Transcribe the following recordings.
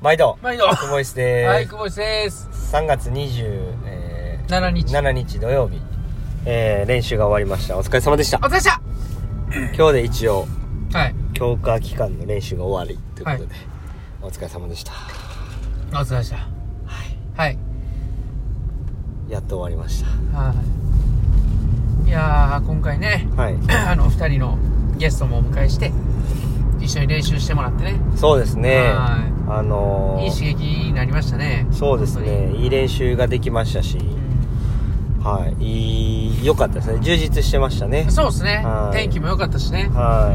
毎度毎度久保井です。 はい、久保井です。 3月27 7 日土曜日、練習が終わりました。お疲れ様でした。 お疲れ様でした。 今日で一応、 はい、 強化期間の練習が終わりということで、 はい、 お疲れ様でした。 お疲れ様でした。はい、 やっと終わりました。 はい。いやー、今回ね、 はい、 2人のゲストもお迎えして一緒に練習してもらってね。 そうですね。 いい刺激になりましたね。 そうですね。いい練習ができましたし、はい、良かったですね。充実してましたね。 そうですね。天気も良かったしね。 はい。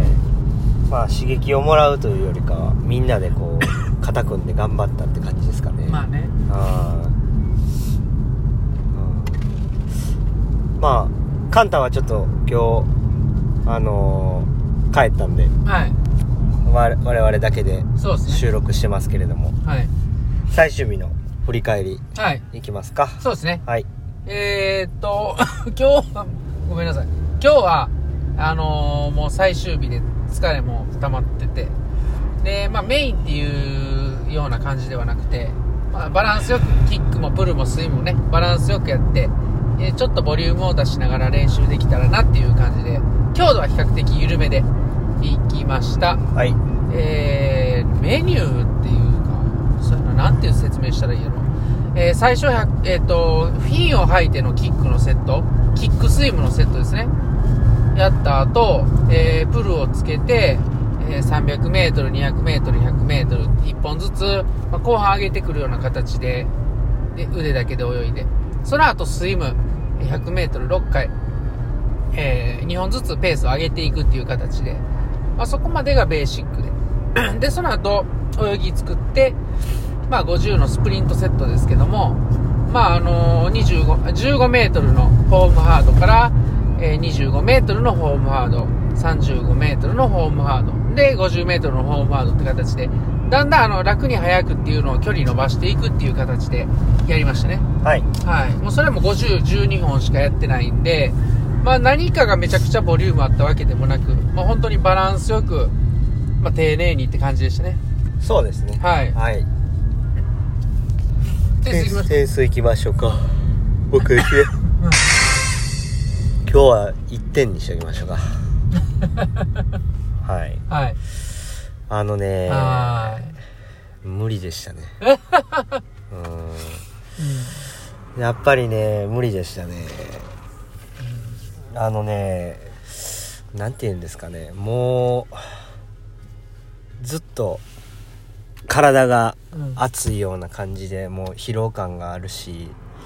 まあ刺激をもらうというよりかは、みんなでこう肩組んで頑張ったって感じですかね。 まあね。 まあカンタはちょっと今日帰ったんで、 はい。 我々だけで収録してますけれども、 はい。 最終日の振り返り、 はい。 いきますか。 そうですね。 はい。 今日ごめんなさい。今日はもう最終日で疲れも溜まってて、でまあメインっていうような感じではなくて、まあ、バランスよくキックもプルもスイムもねバランスよくやって、ちょっとボリュームを出しながら練習できたらなっていう感じで、強度は比較的緩めでいきました。 はい。 メニューっていうか、そういうのなんていう説明したらいいやろ。最初フィンを履いてのキックのセット、キックスイムのセットですね。やった後、プルをつけて、300メートル、200メートル、100メートル、1本ずつ、まあ、後半上げてくるような形で、腕だけで泳いで、その後スイム、100メートル6回、2本ずつペースを上げていくっていう形で、まあ、そこまでがベーシックで。で、その後、泳ぎ作って、まあ、50のスプリントセットですけども、まあ、15メートルのホームハードから、25メートルのホームハード、35メートルのホームハード、で、50メートルのホームハードって形で、だんだん楽に速くっていうのを距離伸ばしていくっていう形でやりましたね。 はい。 はい。もうそれも50、12本しかやってないんで、まあ何かがめちゃくちゃボリュームあったわけでもなく、まあ本当にバランスよく、まあ丁寧にって感じでしたね。 そうですね。 はい。 はい。 点数いきましょうか。僕ですね。今日は1点にしておきましょうか。はい。 はい。 無理でしたね。やっぱりね、無理でしたね。なんて言うんですかね、もうずっと体が熱いような感じで、もう疲労感があるし、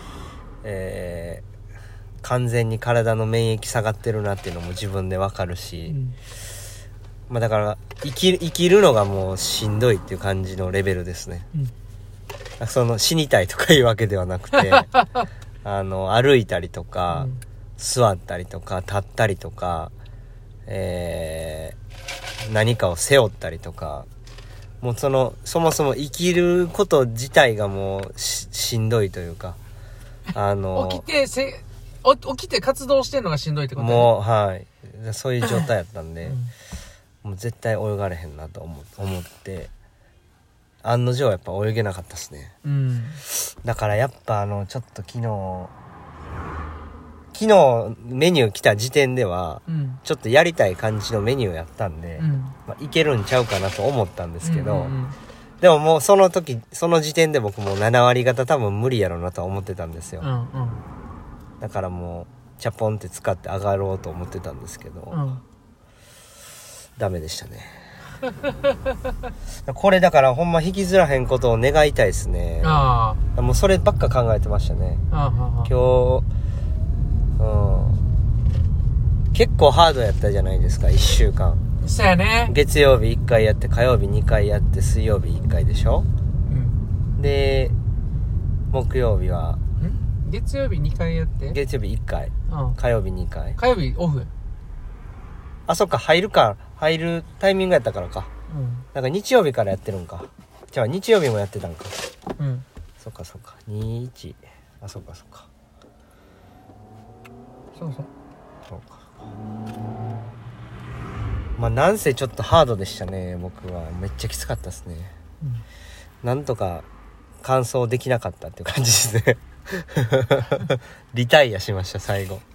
完全に体の免疫下がってるなっていうのも自分でわかるし、まあだから生きるのがもうしんどいっていう感じのレベルですね。その死にたいとかいうわけではなくて歩いたりとか、座ったりとか立ったりとか、何かを背負ったりとか、もうそもそも生きること自体がもう しんどいというか、 起きて活動してんのがしんどいってことね。 もうはい、そういう状態やったんで、もう絶対泳がれへんなと思って案の定やっぱ泳げなかったですね。だからやっぱちょっと昨日メニュー来た時点では、ちょっとやりたい感じのメニューやったんで、まあ、いけるんちゃうかなと思ったんですけど、でももうその時点で僕もう7割方多分無理やろうなとは思ってたんですよ。だからもうチャポンって使って上がろうと思ってたんですけど、ダメでしたね。これだからほんま引きずらへんことを願いたいですね。もうそればっか考えてましたね。今日結構ハードやったじゃないですか、1週間。 そうやね。 月曜日1回やって、火曜日2回やって、水曜日1回でしょ。で木曜日は月曜日2回やって、 月曜日1回、火曜日2回、 火曜日オフ。 そっか、入るタイミングやったからか。なんか日曜日からやってるんか。じゃあ日曜日もやってたんか。そっか21、そっかそうか。まあなんせちょっとハードでしたね。僕はめっちゃきつかったですね。 なんとか完走できなかったっていう感じですねリタイアしました最後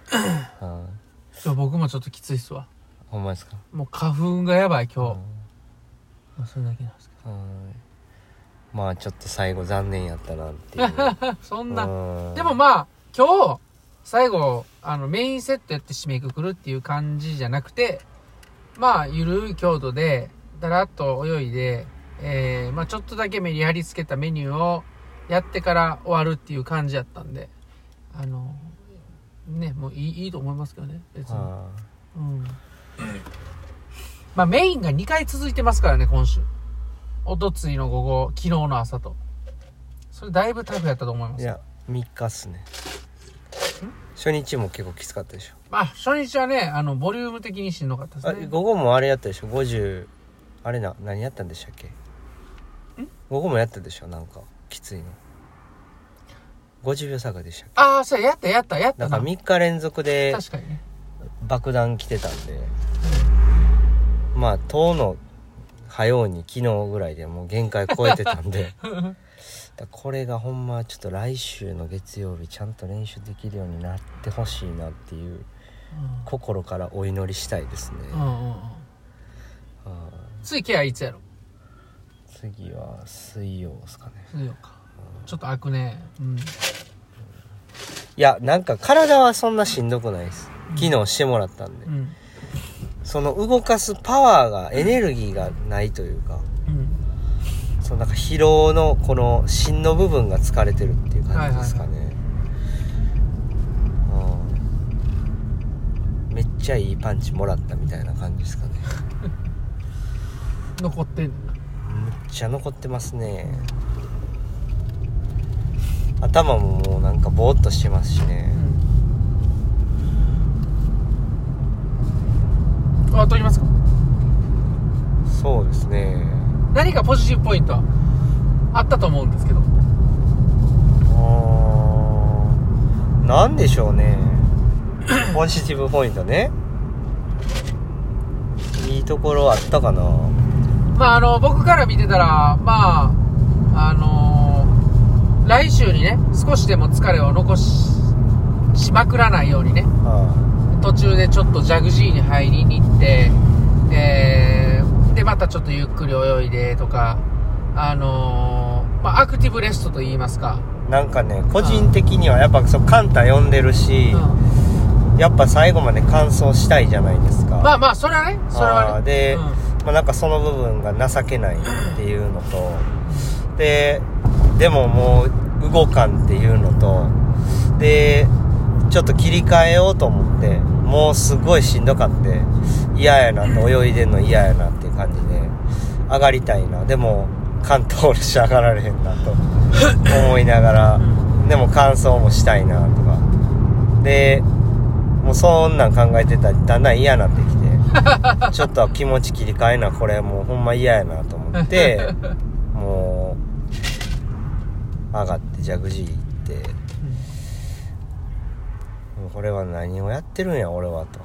僕もちょっときついっすわ。 ほんまですか。 もう花粉がやばい今日、まあ、それだけなんですけど、 まあちょっと最後残念やったなっていうそんなでもまあ今日最後メインセットやって締めくくるっていう感じじゃなくて、まあゆるい強度でだらっと泳いで、まあちょっとだけメリハリつけたメニューをやってから終わるっていう感じやったんで、ね、もういいと思いますけどね別に。まあメインが2回続いてますからね今週。おとついの午後、昨日の朝と。それだいぶタフやったと思います。 いや3日っすね。初日も結構きつかったでしょ。 まあ初日はねボリューム的にしんどかったですね。 午後もあれやったでしょ50。あれ何やったんでしたっけ。午後もやったでしょなんかきついの50秒差がでしたっけ。 ああそうやったなんか3日連続で確かにね爆弾来てたんで、まあ当の早うに昨日ぐらいでもう限界超えてたんでこれがほんまちょっと来週の月曜日ちゃんと練習できるようになってほしいなっていう、心からお祈りしたいですね。 次ケアいつやろ。 次は水曜ですかね。 水曜か、ちょっと開くね。 いやなんか体はそんなしんどくないです、昨日してもらったんで、その動かすパワーがエネルギーがないというか、そのなんか疲労のこの芯の部分が疲れてるっていう感じですかね。めっちゃいいパンチもらったみたいな感じですかね残ってんの。 めっちゃ残ってますね。頭ももうなんかボーっとしてますしね。 取りますか。 そうですね。 何かポジティブポイントはあったと思うんですけど。 なんでしょうねポジティブポイントね。いいところあったかな。 まあ僕から見てたらまあ来週にね少しでも疲れを残しまくらないようにね、途中でちょっとジャグジーに入りに行って、でまたちょっとゆっくり泳いでとかまあ、アクティブレストと言いますか。 なんかね個人的にはやっぱカンタ読んでるし、やっぱ最後まで完走したいじゃないですか。 まあまあそれはねで、まあ、なんかその部分が情けないっていうのとでももう動かんっていうのとでちょっと切り替えようと思ってもうすごいしんどかって嫌やなと泳いでんの嫌やなっていう感じで上がりたいな、でも関東し上がられへんなと思いながらでも完走もしたいなとかでもうそんなん考えてたらだんだん嫌になってきてちょっと気持ち切り替えなこれもうほんま嫌やなと思ってもう上がってジャグジー行ってこれは何をやってるんや俺はと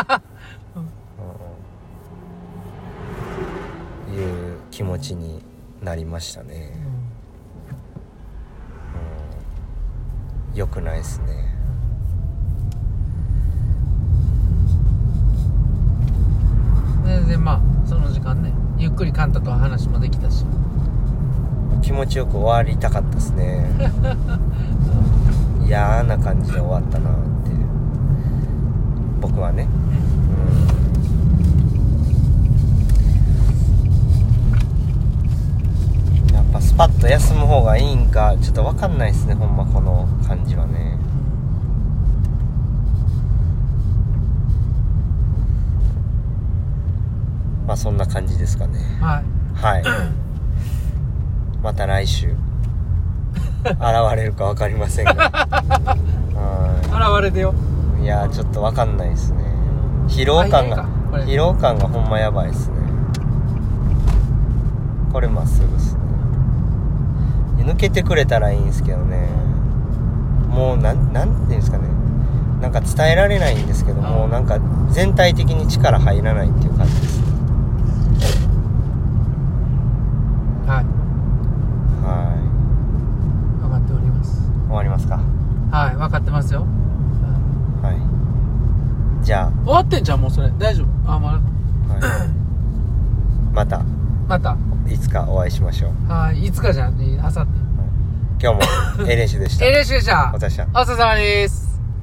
いう気持ちになりましたね。良くないですね。 全然まあその時間ねゆっくりカンタと話もできたし気持ちよく終わりたかったですね嫌な感じで終わったなって僕はね、やっぱスパッと休む方がいいんかちょっと分かんないですねほんまこの感じはね。まあそんな感じですかね。はいまた来週現れるか分かりませんが現れてよ。 いやちょっと分かんないですね。疲労感がほんまやばいですね。これまっすぐですね。抜けてくれたらいいんですけどね。もうなんていうんですかね、なんか伝えられないんですけども、なんか全体的に力入らないっていう感じです。 かってますよ。 はい。じゃあ。 終わってんじゃん、もうそれ。大丈夫。あ、まだ。はい、 また。いつかお会いしましょう。 はい。いつかじゃん。あさって。 今日も A 練習でした。 A 練習でした。 お疲れ様でした。 お疲れ様です。